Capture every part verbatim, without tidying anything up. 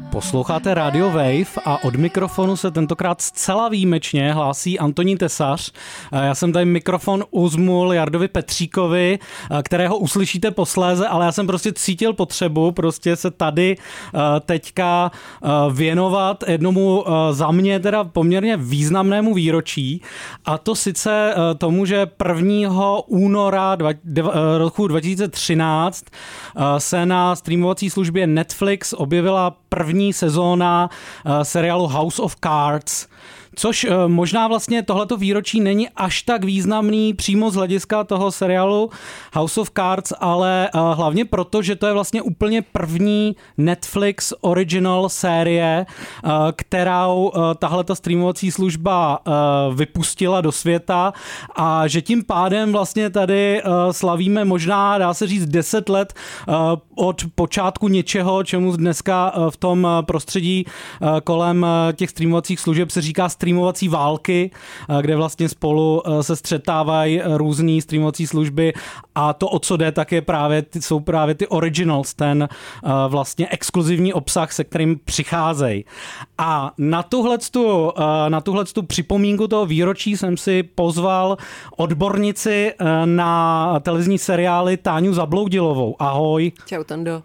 Posloucháte Radio Wave a od mikrofonu se tentokrát zcela výjimečně hlásí Antonín Tesař. Já jsem tady mikrofon uzmul Jardovi Petříkovi, kterého uslyšíte posléze, ale já jsem prostě cítil potřebu prostě se tady teďka věnovat jednomu za mě teda poměrně významnému výročí, a to sice tomu, že prvního února roku dva tisíce třináct se na streamovací službě Netflix objevila první sezóna seriálu House of Cards, což možná vlastně tohleto výročí není až tak významný přímo z hlediska toho seriálu House of Cards, ale hlavně proto, že to je vlastně úplně první Netflix original série, kterou tahleta streamovací služba vypustila do světa, a že tím pádem vlastně tady slavíme možná, dá se říct, deset let od počátku něčeho, čemu dneska v tom prostředí kolem těch streamovacích služeb se říká streamovací války, kde vlastně spolu se střetávají různý streamovací služby, a to, o co jde, tak je právě, jsou právě ty originals, ten vlastně exkluzivní obsah, se kterým přicházejí. A na tuhletu, na tuhletu připomínku toho výročí jsem si pozval odbornici na televizní seriály Táňu Zabloudilovou. Ahoj. Čau, Tando.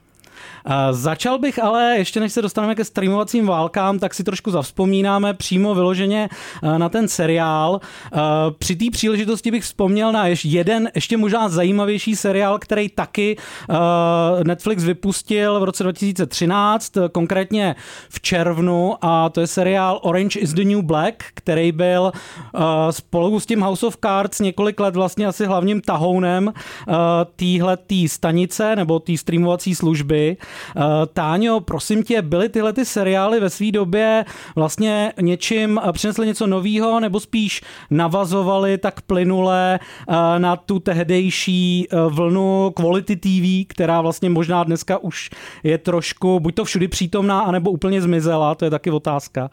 Začal bych ale, ještě než se dostaneme ke streamovacím válkám, tak si trošku zavzpomínáme přímo vyloženě na ten seriál. Při té příležitosti bych vzpomněl na ještě jeden, ještě možná zajímavější seriál, který taky Netflix vypustil v roce dva tisíce třináct, konkrétně v červnu, a to je seriál Orange is the New Black, který byl spolu s tím House of Cards několik let vlastně asi hlavním tahounem téhletý stanice nebo té streamovací služby. Táňo, prosím tě, byly tyhle ty seriály ve své době vlastně něčím, přinesly něco novýho, nebo spíš navazovaly tak plynule na tu tehdejší vlnu Quality T V, která vlastně možná dneska už je trošku buď to všudy přítomná, anebo úplně zmizela, to je taky otázka.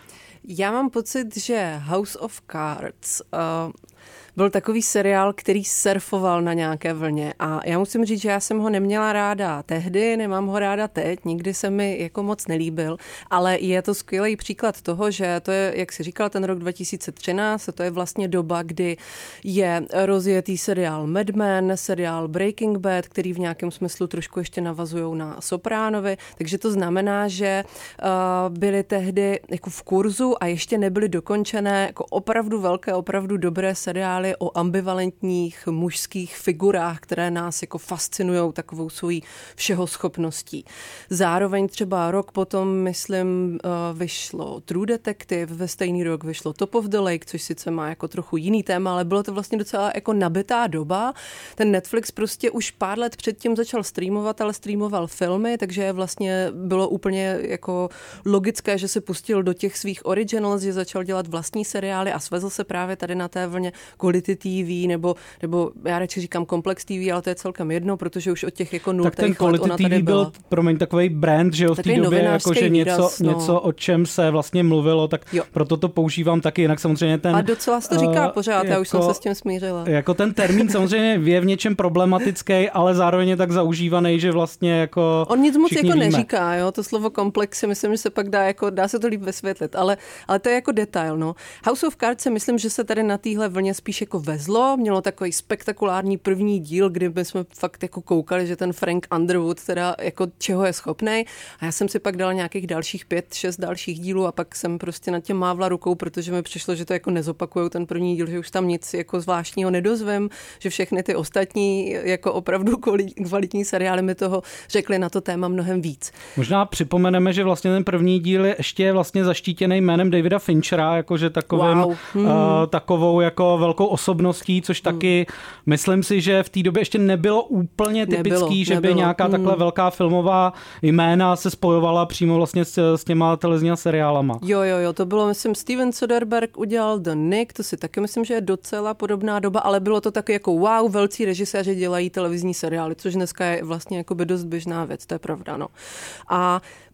Já mám pocit, že House of Cards uh... byl takový seriál, který surfoval na nějaké vlně, a já musím říct, že já jsem ho neměla ráda tehdy, nemám ho ráda teď, nikdy se mi jako moc nelíbil, ale je to skvělý příklad toho, že to je, jak jsi říkal, ten rok dva tisíce třináct, a to je vlastně doba, kdy je rozjetý seriál Mad Men, seriál Breaking Bad, který v nějakém smyslu trošku ještě navazujou na Sopránovi, takže to znamená, že uh, byly tehdy jako v kurzu a ještě nebyly dokončené jako opravdu velké, opravdu dobré seriály o ambivalentních mužských figurách, které nás jako fascinujou takovou svojí všehoschopností. Zároveň třeba rok potom, myslím, vyšlo True Detective, ve stejný rok vyšlo Top of the Lake, což sice má jako trochu jiný téma, ale bylo to vlastně docela jako nabitá doba. Ten Netflix prostě už pár let předtím začal streamovat, ale streamoval filmy, takže vlastně bylo úplně jako logické, že se pustil do těch svých originals, že začal dělat vlastní seriály a svezl se právě tady na té vlně Quality T V, nebo, nebo já radši říkám Komplex T V, ale to je celkem jedno, protože už od těch jako nultých let ona tady byla. Byl, promiň, takový brand, že jo, v té době, jako, že něco, výraz, no. něco, o čem se vlastně mluvilo, tak jo. Proto to používám taky, jinak samozřejmě ten... A docela se to říká uh, pořád, jako, já už jsem se s tím smířila. Jako ten termín samozřejmě je v něčem problematický, ale zároveň je tak zaužívaný, že vlastně jako... On nic moc jako víme. neříká, jo, to slovo komplex si myslím, že se pak dá, jako, dá se to líp vysvětlit, ale, ale to je jako detail, no. House of Cards si myslím, že se tady na téhle vlně spíš jako vezlo, mělo takový spektakulární první díl, kdy jsme fakt jako koukali, že ten Frank Underwood teda jako čeho je schopnej, a já jsem si pak dala nějakých dalších pět, šest dalších dílů a pak jsem prostě nad tím mávla rukou, protože mi přišlo, že to jako nezopakujou ten první díl, že už tam nic jako zvláštního nedozvím, že všechny ty ostatní jako opravdu kvalitní seriály mi toho řekli na to téma mnohem víc. Možná připomeneme, že vlastně ten první díl je ještě vlastně zaštítěný jménem Davida Finchera, jakože takovým, wow. hmm. uh, takovou jako velkou osobností, což hmm. taky myslím si, že v té době ještě nebylo úplně typický, nebylo, že nebylo. by nějaká hmm. takhle velká filmová jména se spojovala přímo vlastně s, s těma televizníma seriálama. Jo, jo, jo, to bylo, myslím, Steven Soderbergh udělal The Nick, to si taky myslím, že je docela podobná doba, ale bylo to taky jako wow, velcí režiséři dělají televizní seriály, což dneska je vlastně jakoby dost běžná věc, to je pravda, no. A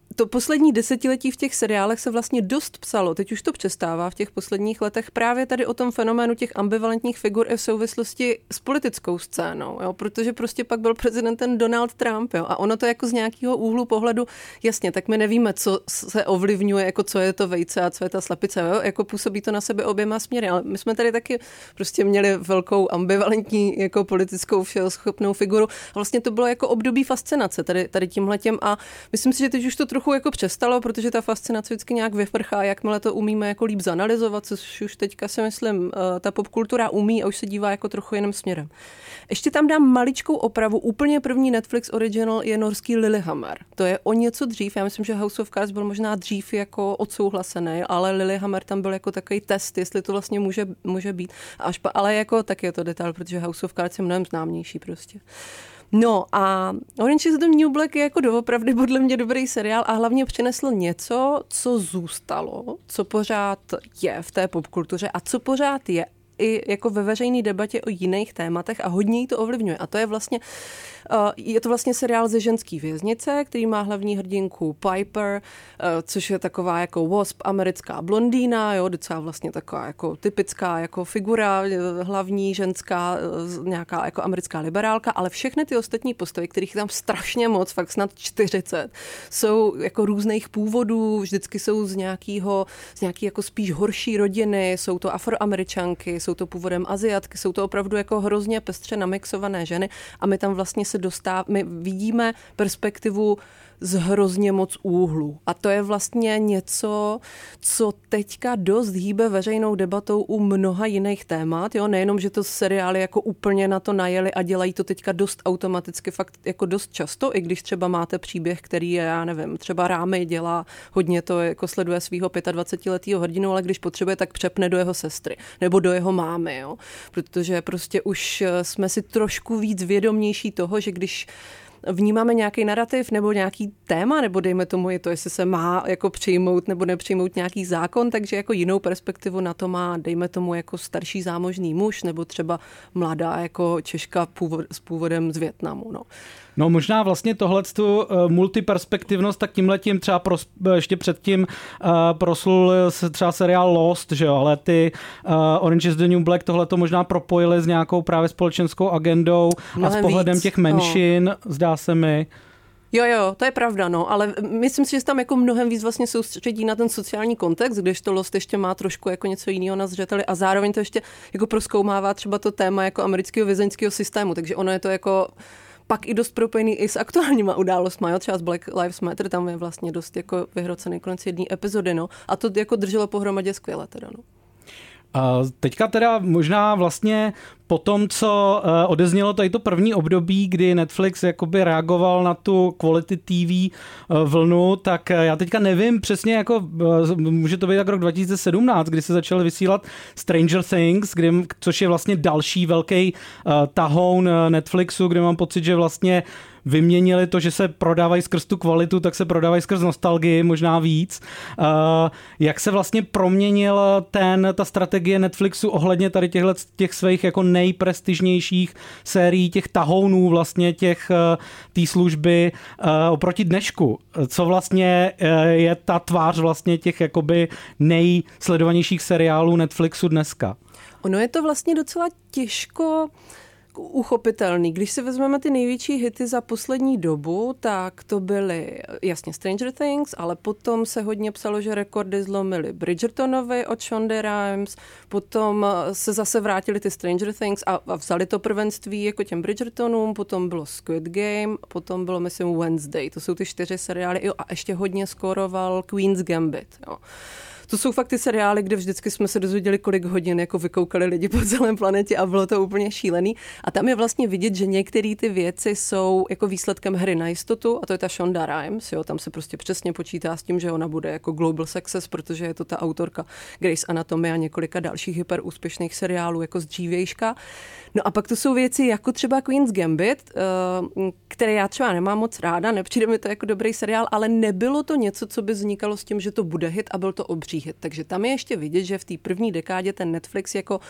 to poslední desetiletí v těch seriálech se vlastně dost psalo, teď už to přestává v těch posledních letech, právě tady o tom fenoménu těch ambivalentních figur i v souvislosti s politickou scénou, jo? Protože prostě pak byl prezidentem Donald Trump, jo? A ono to jako z nějakého úhlu pohledu, jasně, tak my nevíme, co se ovlivňuje, jako co je to vejce a co je ta slepice, jo? Jako působí to na sebe oběma směry, ale my jsme tady taky prostě měli velkou ambivalentní jako politickou všeschopnou figuru a vlastně to bylo jako období fascinace tady, tady tímhletěm a myslím si, že teď už to trochu jako přestalo, protože ta fascinace vždycky nějak vyprchá, jakmile to umíme jako líp zanalizovat, což už teďka si myslím, ta popkultura umí a už se dívá jako trochu jiným směrem. Ještě tam dám maličkou opravu. Úplně první Netflix original je norský Lilyhammer. To je o něco dřív. Já myslím, že House of Cards byl možná dřív jako odsouhlasený, ale Lilyhammer tam byl jako takový test, jestli to vlastně může, může být. Až pa, ale jako tak je to detail, protože House of Cards je mnohem známější prostě. No a Orange is the New Black je jako doopravdy podle mě dobrý seriál a hlavně přinesl něco, co zůstalo, co pořád je v té popkultuře a co pořád je i jako ve veřejné debatě o jiných tématech a hodně jí to ovlivňuje. A to je vlastně, uh, je to vlastně seriál ze ženský věznice, který má hlavní hrdinku Piper, uh, což je taková jako wasp, americká blondýna, jo, docela vlastně taková jako typická jako figura, hlavní ženská, uh, nějaká jako americká liberálka, ale všechny ty ostatní postavy, kterých je tam strašně moc, fakt snad čtyřicet, jsou jako různých původů, vždycky jsou z nějakého, z nějaký jako spíš horší rodiny, jsou to Afroameričanky, jsou to původem Aziatky, jsou to opravdu jako hrozně pestře namixované ženy a my tam vlastně se dostáváme, my vidíme perspektivu z hrozně moc úhlů. A to je vlastně něco, co teďka dost hýbe veřejnou debatou u mnoha jiných témat. Jo? Nejenom, že to seriály jako úplně na to najeli a dělají to teďka dost automaticky, fakt jako dost často, i když třeba máte příběh, který je, já nevím, třeba Rámy dělá hodně to, jako sleduje svého dvacetiletého hrdinu, ale když potřebuje, tak přepne do jeho sestry nebo do jeho mámy. Jo? Protože prostě už jsme si trošku víc vědomější toho, že když vnímáme nějaký narrativ nebo nějaký téma, nebo dejme tomu je to, jestli se má jako přijmout nebo nepřijmout nějaký zákon, takže jako jinou perspektivu na to má, dejme tomu jako starší zámožný muž nebo třeba mladá jako Češka původ, s původem z Vietnamu. No. No možná vlastně tohletu uh, multiperspektivnost, tak tímhletím třeba pros, ještě předtím uh, proslul se třeba seriál Lost, že jo, ale ty uh, Orange is the New Black tohleto možná propojili s nějakou právě společenskou agendou mnohem a s pohledem víc. Těch menšin, no. Zdá se mi. Jo, jo, to je pravda, no, ale myslím si, že se tam jako mnohem víc vlastně soustředí na ten sociální kontext, když to Lost ještě má trošku jako něco jiného na zřeteli a zároveň to ještě jako prozkoumává třeba to téma jako amerického vězeňského systému, takže ono je to jako pak i dost propojený i s aktuálníma událostmi, jo? Třeba z Black Lives Matter, tam je vlastně dost jako vyhrocený konec jedné epizody, no. A to jako drželo pohromadě skvěle teda, no. A teďka teda možná vlastně po tom, co odeznělo tady to první období, kdy Netflix jakoby reagoval na tu quality T V vlnu, tak já teďka nevím přesně, jako může to být tak rok dva tisíce sedmnáct, kdy se začaly vysílat Stranger Things, kdy, což je vlastně další velký tahoun Netflixu, kde mám pocit, že vlastně vyměnili to, že se prodávají skrz tu kvalitu, tak se prodávají skrz nostalgii, možná víc. Uh, jak se vlastně proměnil ten, ta strategie Netflixu ohledně tady těchto těch svých jako nejprestižnějších sérií, těch tahounů vlastně těch té služby uh, oproti dnešku? Co vlastně uh, je ta tvář vlastně těch jakoby nejsledovanějších seriálů Netflixu dneska? Ono je to vlastně docela těžko uchopitelný. Když si vezmeme ty největší hity za poslední dobu, tak to byly jasně Stranger Things, ale potom se hodně psalo, že rekordy zlomily Bridgertonovi od Shonda Rhimes, potom se zase vrátili ty Stranger Things a, a vzali to prvenství jako těm Bridgertonům, potom bylo Squid Game, potom bylo, myslím, Wednesday. To jsou ty čtyři seriály jo, a ještě hodně skoroval Queen's Gambit. Jo. To jsou fakt ty seriály, kde vždycky jsme se dozvěděli, kolik hodin jako vykoukali lidi po celém planetě a bylo to úplně šílený. A tam je vlastně vidět, že některé ty věci jsou jako výsledkem hry na jistotu a to je ta Shonda Rhimes, jo, tam se prostě přesně počítá s tím, že ona bude jako global success, protože je to ta autorka Grey's Anatomy a několika dalších hyperúspěšných seriálů jako z dřívějška. No a pak to jsou věci jako třeba Queen's Gambit, které já třeba nemám moc ráda, nepřijde mi to jako dobrý seriál, ale nebylo to něco, co by vznikalo s tím, že to bude hit a byl to obří hit. Takže tam je ještě vidět, že v té první dekádě ten Netflix jako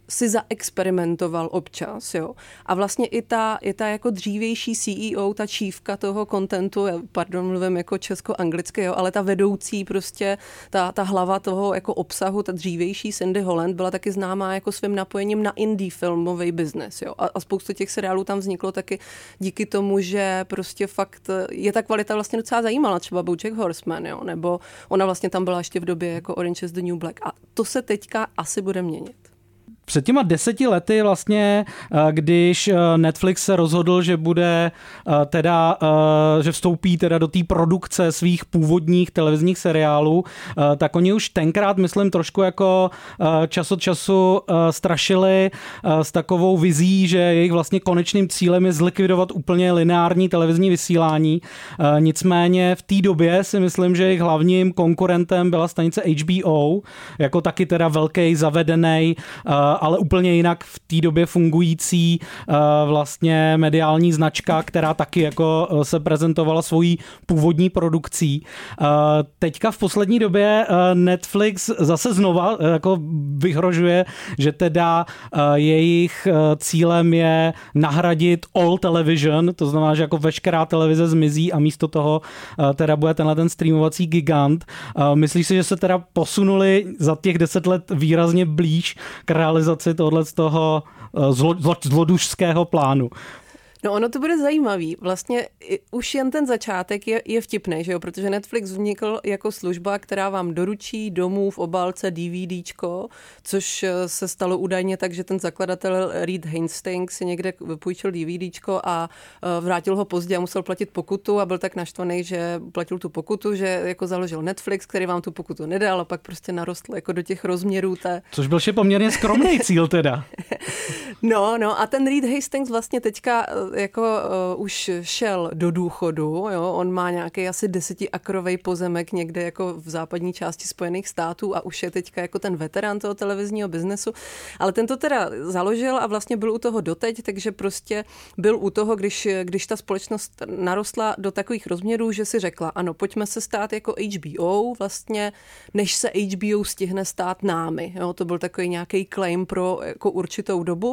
si zaexperimentoval občas, jo. A vlastně i ta, i ta jako dřívější C E O, ta čívka toho kontentu, pardon, mluvím jako česko-anglicky, jo, ale ta vedoucí prostě, ta, ta hlava toho jako obsahu, ta dřívější Cindy Holland byla taky známá jako svým napojením na indie filmový biznes, jo. A, a spoustu těch seriálů tam vzniklo taky díky tomu, že prostě fakt je ta kvalita vlastně docela zajímala, třeba BoJack Horseman, jo, nebo ona vlastně tam byla ještě v době jako Orange is the New Black. A to se teďka asi bude měnit. Před těma deseti lety vlastně, když Netflix se rozhodl, že bude teda, že vstoupí teda do té produkce svých původních televizních seriálů, tak oni už tenkrát, myslím, trošku jako čas od času strašili s takovou vizí, že jejich vlastně konečným cílem je zlikvidovat úplně lineární televizní vysílání. Nicméně v té době si myslím, že jejich hlavním konkurentem byla stanice H B O, jako taky teda velký zavedený, ale úplně jinak v té době fungující uh, vlastně mediální značka, která taky jako uh, se prezentovala svojí původní produkcí. Uh, teďka v poslední době uh, Netflix zase znova uh, jako vyhrožuje, že teda uh, jejich uh, cílem je nahradit all television, to znamená, že jako veškerá televize zmizí a místo toho uh, teda bude tenhle ten streamovací gigant. Uh, myslíš si, že se teda posunuli za těch deset let výrazně blíž k realizaci tohle z toho zlo, zlo, zlodušského plánu? No ono to bude zajímavý. Vlastně už jen ten začátek je, je vtipný, že jo? Protože Netflix vznikl jako služba, která vám doručí domů v obálce DVDčko, což se stalo údajně tak, že ten zakladatel Reed Hastings si někde vypůjčil DVDčko a vrátil ho pozdě a musel platit pokutu a byl tak naštvaný, že platil tu pokutu, že jako založil Netflix, který vám tu pokutu nedal a pak prostě narostl jako do těch rozměrů té... Což byl še poměrně skromný cíl teda. No, no a ten Reed Hastings vlastně teďka jako uh, už šel do důchodu, jo, on má nějaký asi desetiakrovej pozemek někde jako v západní části Spojených států a už je teďka jako ten veterán toho televizního biznesu, ale ten to teda založil a vlastně byl u toho doteď, takže prostě byl u toho, když, když ta společnost narostla do takových rozměrů, že si řekla, ano, pojďme se stát jako H B O vlastně, než se H B O stihne stát námi, jo, to byl takový nějaký claim pro jako určitou dobu.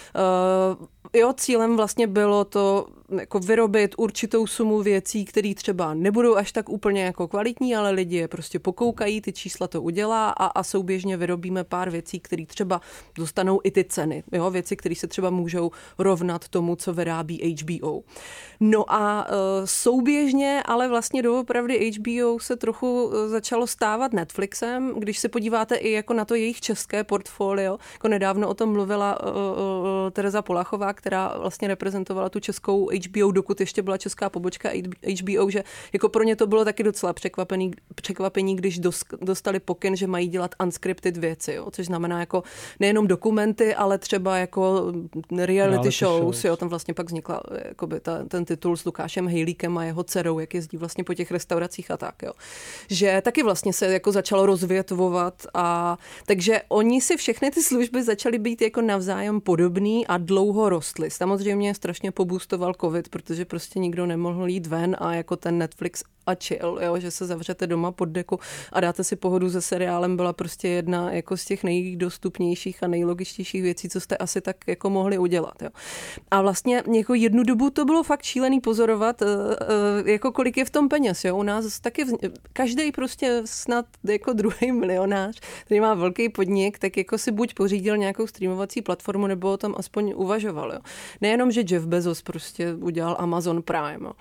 Uh, jo, cílem vlastně bylo to jako vyrobit určitou sumu věcí, které třeba nebudou až tak úplně jako kvalitní, ale lidi je prostě pokoukají, ty čísla to udělá a, a souběžně vyrobíme pár věcí, které třeba dostanou i ty ceny. Jo? Věci, které se třeba můžou rovnat tomu, co vyrábí H B O. No a uh, souběžně, ale vlastně doopravdy H B O se trochu začalo stávat Netflixem, když se podíváte i jako na to jejich české portfolio. Jako nedávno o tom mluvila uh, uh, Tereza Polachová, která vlastně reprezentovala tu českou H B O, dokud ještě byla česká pobočka H B O, že jako pro ně to bylo taky docela překvapení, překvapení, když dostali pokyn, že mají dělat unscripted věci, jo, což znamená jako nejenom dokumenty, ale třeba jako reality, reality shows, shows. Jo, tam vlastně pak vznikla jakoby ta, ten titul s Lukášem Hejlíkem a jeho dcerou, jak jezdí vlastně po těch restauracích a tak, jo. Že taky vlastně se jako začalo rozvětvovat a takže oni si všechny ty služby začaly být jako navzájem podobný a dlouho rostly. Samozřejmě strašně poboostoval covid, protože prostě nikdo nemohl jít ven a jako ten Netflix a chill, jo, že se zavřete doma pod deku a dáte si pohodu se seriálem, byla prostě jedna jako z těch nejdostupnějších a nejlogičtějších věcí, co jste asi tak jako mohli udělat. Jo. A vlastně jako jednu dobu to bylo fakt šílený pozorovat, jako kolik je v tom peněz. Jo. U nás taky vz... každý prostě snad jako druhý milionář, který má velký podnik, tak jako si buď pořídil nějakou streamovací platformu, nebo o tom aspoň uvažoval. Jo. Nejenom, že Jeff Bezos prostě udělal Amazon Prime. Jo.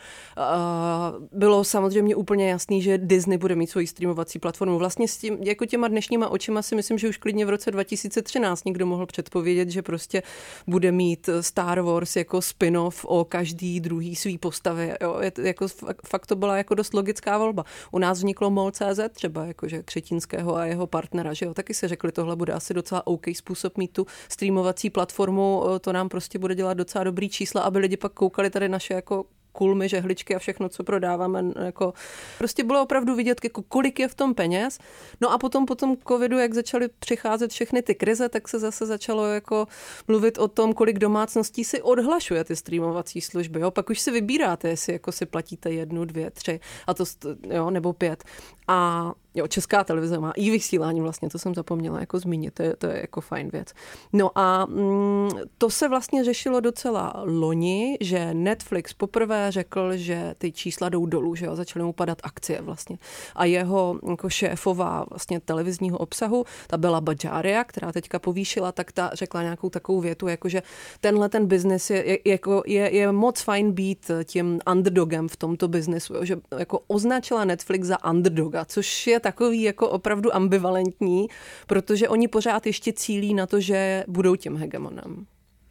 Bylo samozřejmě Samozřejmě úplně jasný, že Disney bude mít svoji streamovací platformu. Vlastně s tím, jako těma dnešníma očima si myslím, že už klidně v roce dva tisíce třináct někdo mohl předpovědět, že prostě bude mít Star Wars jako spin-off o každý druhý svý postavě. Jo, je, jako, fakt to byla jako dost logická volba. U nás vzniklo M O L tečka cé zet třeba, jakože Křetínského a jeho partnera, že jo, taky se řekli, tohle bude asi docela OK způsob mít tu streamovací platformu, to nám prostě bude dělat docela dobrý čísla, aby lidi pak koukali tady naše jako kulmy, žehličky a všechno, co prodáváme. Jako, prostě bylo opravdu vidět, jako kolik je v tom peněz. No a potom po tom covidu, jak začaly přicházet všechny ty krize, tak se zase začalo jako mluvit o tom, kolik domácností si odhlašuje ty streamovací služby. Jo? Pak už si vybíráte, jestli jako si platíte jednu, dvě, tři, a to, jo, nebo pět. A Jo, Česká televize má i vysílání vlastně, to jsem zapomněla jako zmínit, to je, to je jako fajn věc. No a mm, to se vlastně řešilo docela loni, že Netflix poprvé řekl, že ty čísla jdou dolů, že jo, začaly mu padat akcie vlastně. A jeho jako šéfová vlastně televizního obsahu, ta Bela Bajaria, která teďka povýšila, tak ta řekla nějakou takovou větu, jako že tenhle ten biznis je, je, jako je, je moc fajn být tím underdogem v tomto biznesu, jo, že jako označila Netflix za underdoga, což je takový jako opravdu ambivalentní, protože oni pořád ještě cílí na to, že budou tím hegemonem.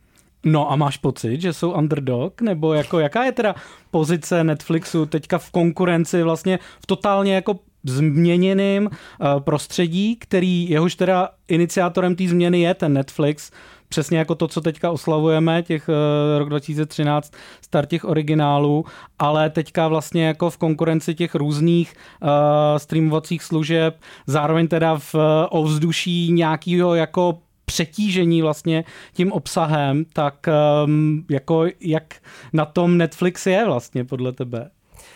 No a máš pocit, že jsou underdog? Nebo jako jaká je teda pozice Netflixu teďka v konkurenci vlastně v totálně jako změněným uh, prostředí, který jehož teda iniciátorem té změny je ten Netflix, přesně jako to, co teďka oslavujeme, těch uh, rok dva tisíce třináct, start těch originálů, ale teďka vlastně jako v konkurenci těch různých uh, streamovacích služeb, zároveň teda v uh, ovzduší nějakého jako přetížení vlastně tím obsahem, tak um, jako jak na tom Netflix je vlastně podle tebe?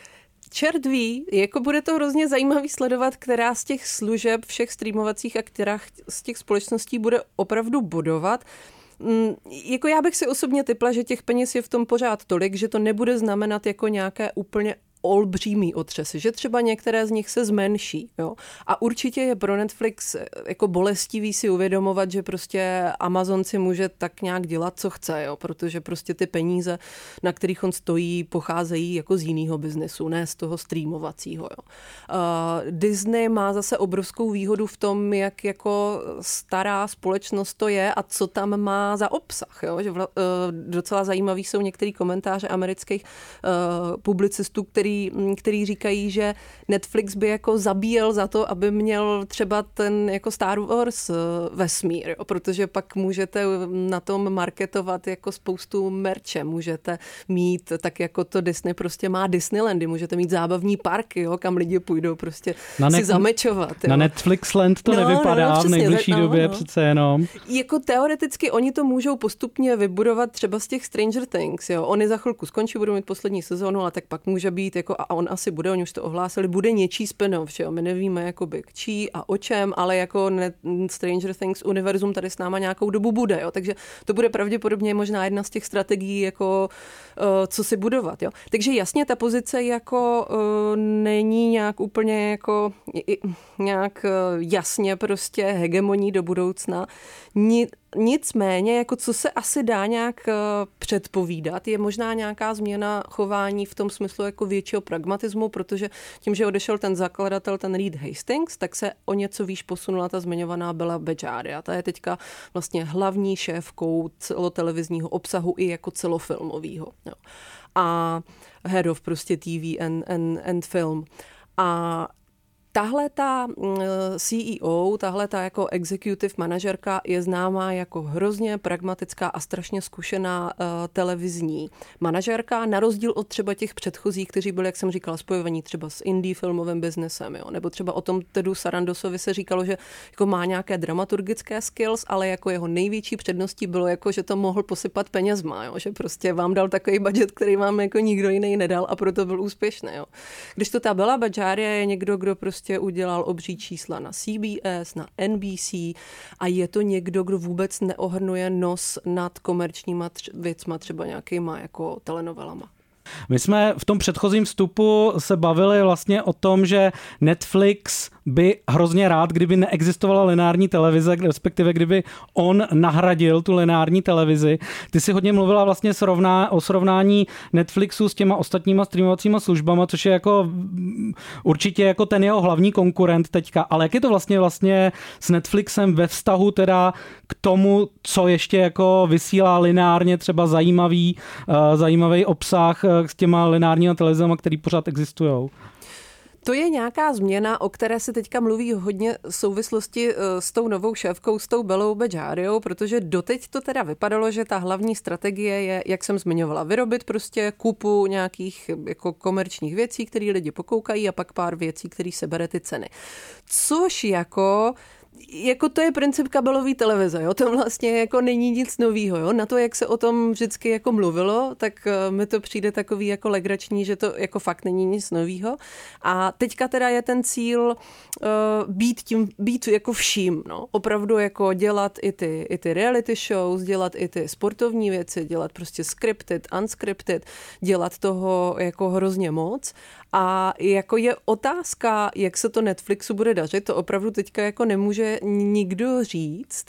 Čert ví, jako bude to hrozně zajímavý sledovat, která z těch služeb, všech streamovacích a která z těch společností bude opravdu bodovat. Mm, jako já bych si osobně tipla, že těch peněz je v tom pořád tolik, že to nebude znamenat jako nějaké úplně olbřímý otřesy, že třeba některé z nich se zmenší. Jo? A určitě je pro Netflix jako bolestivý si uvědomovat, že prostě Amazon si může tak nějak dělat, co chce, jo? Protože prostě ty peníze, na kterých on stojí, pocházejí jako z jiného biznesu, ne z toho streamovacího. Jo? Uh, Disney má zase obrovskou výhodu v tom, jak jako stará společnost to je a co tam má za obsah. Jo? Že vla, uh, docela zajímavý jsou některé komentáře amerických uh, publicistů, který který říkají, že Netflix by jako zabíjel za to, aby měl třeba ten jako Star Wars vesmír, jo? Protože pak můžete na tom marketovat jako spoustu merče, můžete mít, tak jako to Disney prostě má Disneylandy, můžete mít zábavní parky, jo? Kam lidi půjdou prostě na si net, zamečovat. Jo? Na Netflixland to no, nevypadá no, no, přesně, v nejbližší no, době no. Přece jenom. Jako teoreticky oni to můžou postupně vybudovat třeba z těch Stranger Things, jo? Oni za chvilku skončí, budou mít poslední sezónu, ale tak pak může být jako, a on asi bude, oni už to ohlásili, bude něčí spin-off, že jo, my nevíme jakoby k čí a o čem, ale jako ne, Stranger Things univerzum tady s náma nějakou dobu bude, jo, takže to bude pravděpodobně možná jedna z těch strategií, jako uh, co si budovat, jo. Takže jasně ta pozice jako uh, není nějak úplně jako i, nějak uh, jasně prostě hegemoní do budoucna. Ni, Nicméně, jako co se asi dá nějak uh, předpovídat, je možná nějaká změna chování v tom smyslu jako většího pragmatismu, protože tím, že odešel ten zakladatel, ten Reed Hastings, tak se o něco výš posunula ta zmiňovaná Bela Bajaria. Ta je teďka vlastně hlavní šéfkou celotelevizního obsahu i jako celofilmového. Jo. A head of prostě T V and, and, and film. A tahle ta C E O, tahle ta jako executive manažerka je známá jako hrozně pragmatická a strašně zkušená uh, televizní manažerka, na rozdíl od třeba těch předchozích, kteří byli, jak jsem říkala, spojovaní třeba s indie filmovým biznesem, jo? Nebo třeba o tom Tedu Sarandosovi se říkalo, že jako má nějaké dramaturgické skills, ale jako jeho největší předností bylo, jako, že to mohl posypat penězma, jo? Že prostě vám dal takový budget, který vám jako nikdo jiný nedal a proto byl úspěšný. Jo? Když to ta Bela Bajaria je někdo, kdo prostě udělal obří čísla na C B S, na N B C a je to někdo, kdo vůbec neohrnuje nos nad komerčníma tř- věcma, třeba nějakýma jako telenovelama. My jsme v tom předchozím vstupu se bavili vlastně o tom, že Netflix by hrozně rád, kdyby neexistovala lineární televize, respektive kdyby on nahradil tu lineární televizi. Ty si hodně mluvila vlastně srovná, o srovnání Netflixu s těma ostatníma streamovacíma službama, což je jako určitě jako ten jeho hlavní konkurent teďka. Ale jak je to vlastně vlastně s Netflixem ve vztahu teda k tomu, co ještě jako vysílá lineárně třeba zajímavý, uh, zajímavý obsah s těma lineárníma televizama, který pořád existujou? To je nějaká změna, o které se teďka mluví hodně v souvislosti s tou novou šéfkou, s tou Belou Bajariou, protože doteď to teda vypadalo, že ta hlavní strategie je, jak jsem zmiňovala, vyrobit prostě kupu nějakých jako komerčních věcí, které lidi pokoukají a pak pár věcí, které sebere ty ceny. Což jako jako to je princip kabelové televize, jo? To vlastně jako není nic novýho, jo? Na to, jak se o tom vždycky jako mluvilo, tak mi to přijde takový jako legrační, že to jako fakt není nic novýho. A teďka teda je ten cíl uh, být tím, být jako vším, no. Opravdu jako dělat i ty, i ty reality shows, dělat i ty sportovní věci, dělat prostě scripted, unscripted, dělat toho jako hrozně moc. A jako je otázka, jak se to Netflixu bude dařit, to opravdu teďka jako nemůže nikdo říct.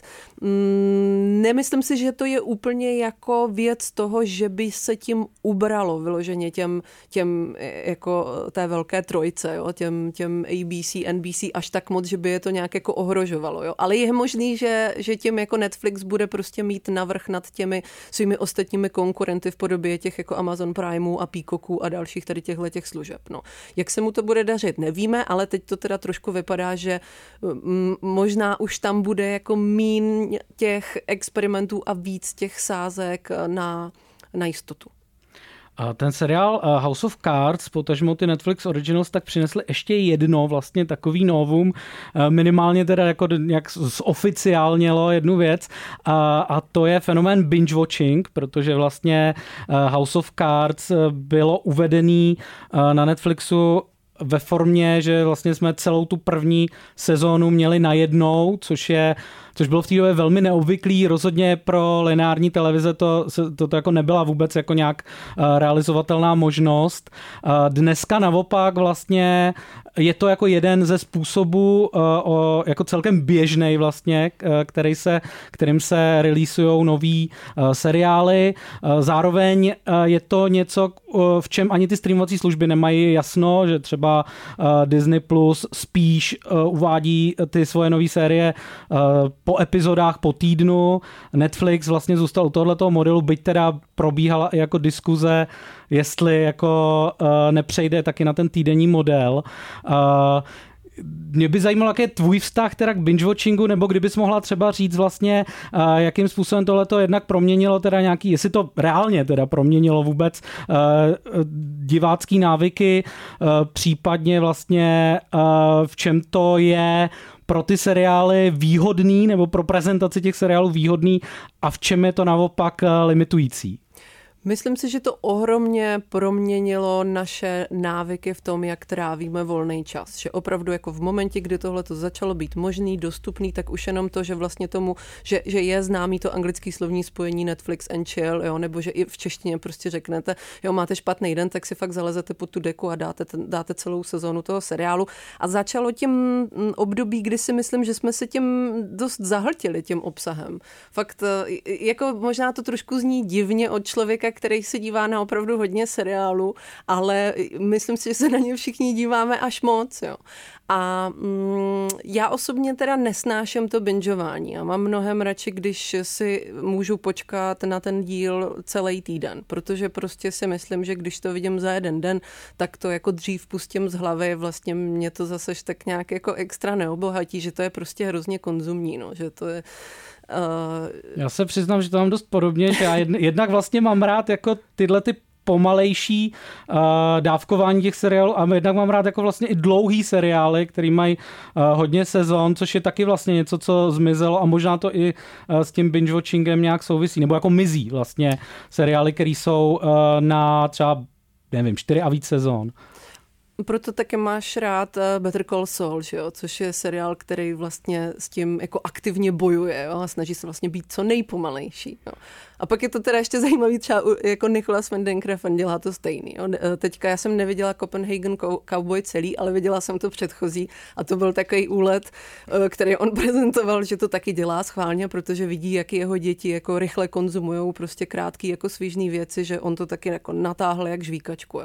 Nemyslím si, že to je úplně jako věc toho, že by se tím ubralo vyloženě těm, těm jako té velké trojce, jo? Těm, těm A B C, N B C až tak moc, že by je to nějak jako ohrožovalo. Jo? Ale je možný, že, že tím jako Netflix bude prostě mít navrch nad těmi svými ostatními konkurenty v podobě těch jako Amazon Primeu a Peacocků a dalších tady těchto těch služeb. No. Jak se mu to bude dařit, nevíme, ale teď to teda trošku vypadá, že m, možná už tam bude jako míň těch experimentů a víc těch sázek na, na jistotu. Ten seriál House of Cards, potažmo ty Netflix Originals, tak přinesli ještě jedno vlastně takový novum, minimálně teda jako jak zoficiálnělo jednu věc a, a to je fenomén binge watching, protože vlastně House of Cards bylo uvedený na Netflixu ve formě, že vlastně jsme celou tu první sezónu měli najednou, což je což bylo v té době velmi neobvyklý, rozhodně pro lineární televize to, to, to jako nebyla vůbec jako nějak realizovatelná možnost. Dneska naopak vlastně je to jako jeden ze způsobů o, jako celkem běžnej vlastně, který se, kterým se releasujou nový seriály. Zároveň je to něco, v čem ani ty streamovací služby nemají jasno, že třeba Disney Plus spíš uvádí ty svoje nové série po epizodách po týdnu. Netflix vlastně zůstal u tohoto modelu, byť teda probíhala jako diskuze, jestli jako uh, nepřejde taky na ten týdenní model. Uh, Mě by zajímalo, jaký je tvůj vztah teda k binge-watchingu, nebo kdybys mohla třeba říct vlastně, uh, jakým způsobem tohleto jednak proměnilo teda nějaký, jestli to reálně teda proměnilo vůbec uh, divácký návyky, uh, případně vlastně uh, v čem to je pro ty seriály výhodný, nebo pro prezentaci těch seriálů výhodný a v čem je to naopak limitující? Myslím si, že to ohromně proměnilo naše návyky v tom, jak trávíme volný čas. Že opravdu jako v momentě, kdy tohle to začalo být možný, dostupný, tak už jenom to, že vlastně tomu, že, že je známý to anglický slovní spojení Netflix and chill, jo, nebo že i v češtině prostě řeknete, jo, máte špatný den, tak si fakt zalezete pod tu deku a dáte, ten, dáte celou sezónu toho seriálu. A začalo tím období, kdy si myslím, že jsme se tím dost zahltili, tím obsahem. Fakt, jako možná to trošku zní divně od člověka, který se dívá na opravdu hodně seriálů, ale myslím si, že se na ně všichni díváme až moc. Jo. A mm, já osobně teda nesnáším to bingeování a mám mnohem radši, když si můžu počkat na ten díl celý týden, protože prostě si myslím, že když to vidím za jeden den, tak to jako dřív pustím z hlavy, vlastně mě to zase tak nějak jako extra neobohatí, že to je prostě hrozně konzumní, no, že to je Uh... Já se přiznám, že to mám dost podobně, že já jednak vlastně mám rád jako tyhle ty pomalejší uh, dávkování těch seriálů a jednak mám rád jako vlastně i dlouhý seriály, který mají uh, hodně sezon, což je taky vlastně něco, co zmizelo a možná to i uh, s tím binge-watchingem nějak souvisí, nebo jako mizí vlastně seriály, které jsou uh, na třeba, nevím, čtyři a víc sezon. Proto také máš rád Better Call Saul, že jo? Což je seriál, který vlastně s tím jako aktivně bojuje, jo? A snaží se vlastně být co nejpomalejší. Jo? A pak je to teda ještě zajímavý, třeba jako Nicholas Winding Refn dělá to stejný. Jo? Teďka já jsem neviděla Copenhagen Cowboy celý, ale viděla jsem to předchozí a to byl takový úlet, který on prezentoval, že to taky dělá schválně, protože vidí, jak jeho děti jako rychle konzumujou prostě krátký jako svížný věci, že on to taky jako natáhl jak žvíkačku, jo.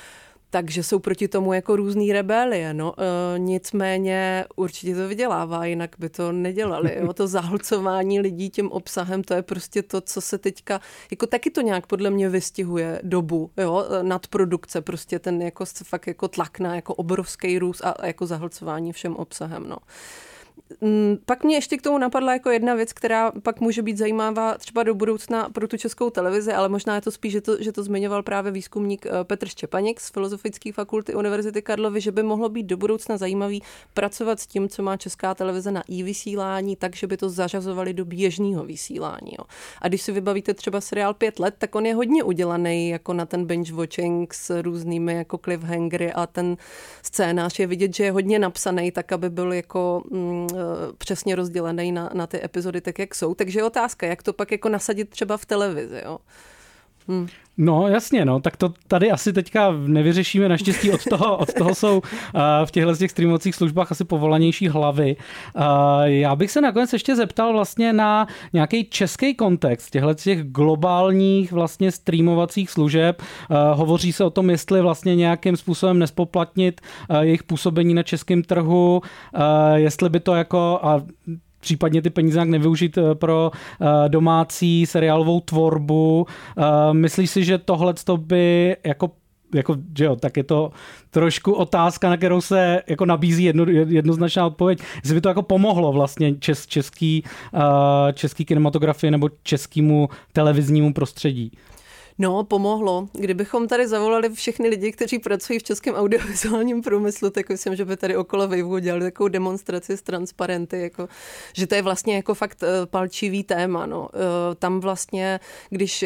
Takže jsou proti tomu jako různý rebelie, no. E, nicméně určitě to vydělává, jinak by to nedělali. Jo. To zahlcování lidí tím obsahem, to je prostě to, co se teďka, jako taky to nějak podle mě vystihuje dobu, jo, nadprodukce, prostě ten jako fakt jako tlak na jako obrovský růst a jako zahlcování všem obsahem, no. Pak mě ještě k tomu napadla jako jedna věc, která pak může být zajímavá třeba do budoucna pro tu Českou televizi, ale možná je to spíš, že to, že to zmiňoval právě výzkumník Petr Štěpaněk z Filozofické fakulty Univerzity Karlovy, že by mohlo být do budoucna zajímavý pracovat s tím, co má Česká televize na i-vysílání, takže by to zařazovali do běžného vysílání. Jo. A když si vybavíte třeba seriál Pět let, tak on je hodně udělaný jako na ten binge watching s různými jako cliffhangery a ten scénář je vidět, že je hodně napsaný tak, aby byl jako mm, přesně rozdělený na, na ty epizody tak, jak jsou. Takže je otázka, jak to pak jako nasadit třeba v televizi, jo? Hm. No jasně, no, tak to tady asi teďka nevyřešíme, naštěstí od toho, od toho jsou uh, v těchto těch streamovacích službách asi povolanější hlavy. Uh, já bych se nakonec ještě zeptal vlastně na nějaký český kontext těchto těch globálních vlastně streamovacích služeb. Uh, hovoří se o tom, jestli vlastně nějakým způsobem nespoplatnit uh, jejich působení na českém trhu, uh, jestli by to jako... A případně ty peníze nějak nevyužít pro domácí seriálovou tvorbu. Myslíš si, že tohle by jako jako, že jo, tak je to trošku otázka, na kterou se jako nabízí jedno, jednoznačná odpověď. Jestli by to jako pomohlo vlastně čes, český, český kinematografii nebo českému televiznímu prostředí. No, pomohlo. Kdybychom tady zavolali všechny lidi, kteří pracují v českém audiovizuálním průmyslu, tak myslím, že by tady okolo Waveu dělali takovou demonstraci s transparenty, jako, že to je vlastně jako fakt palčivý téma. No. Tam vlastně, když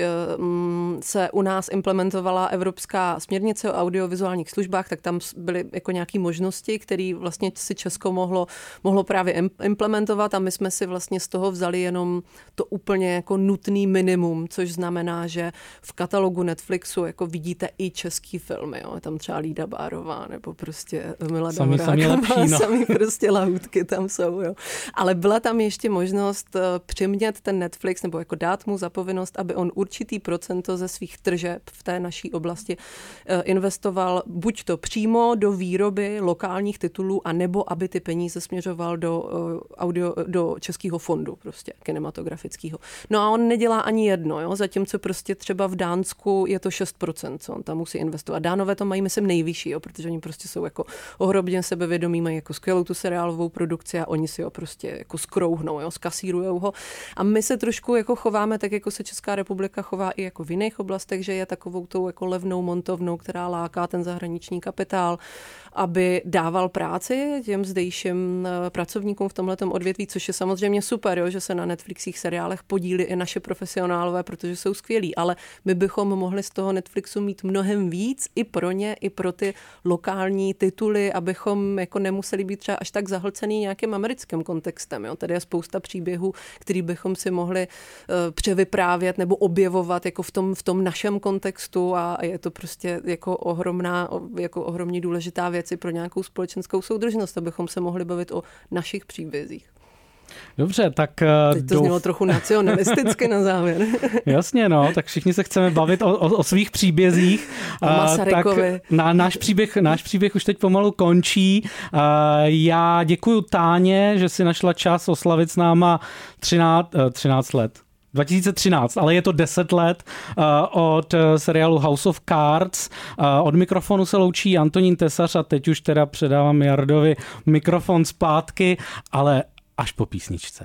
se u nás implementovala evropská směrnice o audiovizuálních službách, tak tam byly jako nějaké možnosti, které vlastně si Česko mohlo, mohlo právě implementovat a my jsme si vlastně z toho vzali jenom to úplně jako nutný minimum, což znamená, že v katalogu Netflixu jako vidíte i český filmy, jo. Tam třeba Lída Bárová nebo prostě Milada sami, sami lepší, no. Sami prostě lahůdky tam jsou, jo. Ale byla tam ještě možnost přimět ten Netflix nebo jako dát mu za povinnost, aby on určitý procento ze svých tržeb v té naší oblasti investoval buď to přímo do výroby lokálních titulů, anebo aby ty peníze směřoval do audio, do českého fondu prostě kinematografického. No a on nedělá ani jedno, jo. Zatímco prostě třeba v Dánsku je to šest procent, co on tam musí investovat. Dánové to mají, myslím, nejvyšší, jo, protože oni prostě jsou jako ohromně sebevědomí, mají jako skvělou tu seriálovou produkci a oni si ho prostě jako skrouhnou, jo, skasírujou ho. A my se trošku jako chováme tak, jako se Česká republika chová i jako v jiných oblastech, že je takovou tou jako levnou montovnou, která láká ten zahraniční kapitál, aby dával práci těm zdejším pracovníkům v tomhletom odvětví, což je samozřejmě super, jo, že se na Netflixích seriálech podílí i naše profesionálové, protože jsou skvělí, ale my bychom mohli z toho Netflixu mít mnohem víc i pro ně, i pro ty lokální tituly, abychom jako nemuseli být třeba až tak zahlcený nějakým americkým kontextem. Jo. Tady je spousta příběhů, který bychom si mohli uh, převyprávět nebo objevovat jako v tom, v tom našem kontextu a je to prostě jako ohromná, jako ohromně důležitá věc i pro nějakou společenskou soudržnost, abychom se mohli bavit o našich příbězích. Dobře, tak... Teď to douf... znělo trochu nacionalisticky na závěr. Jasně, no, tak všichni se chceme bavit o, o, o svých příbězích. O Masarykovi. Tak na, náš, příběh, náš příběh už teď pomalu končí. Já děkuju Táně, že si našla čas oslavit s náma třináct, třináct let. dva tisíce třináct, ale je to deset let uh, od seriálu House of Cards. Uh, od mikrofonu se loučí Antonín Tesař a teď už teda předávám Jardovi mikrofon zpátky, ale až po písničce.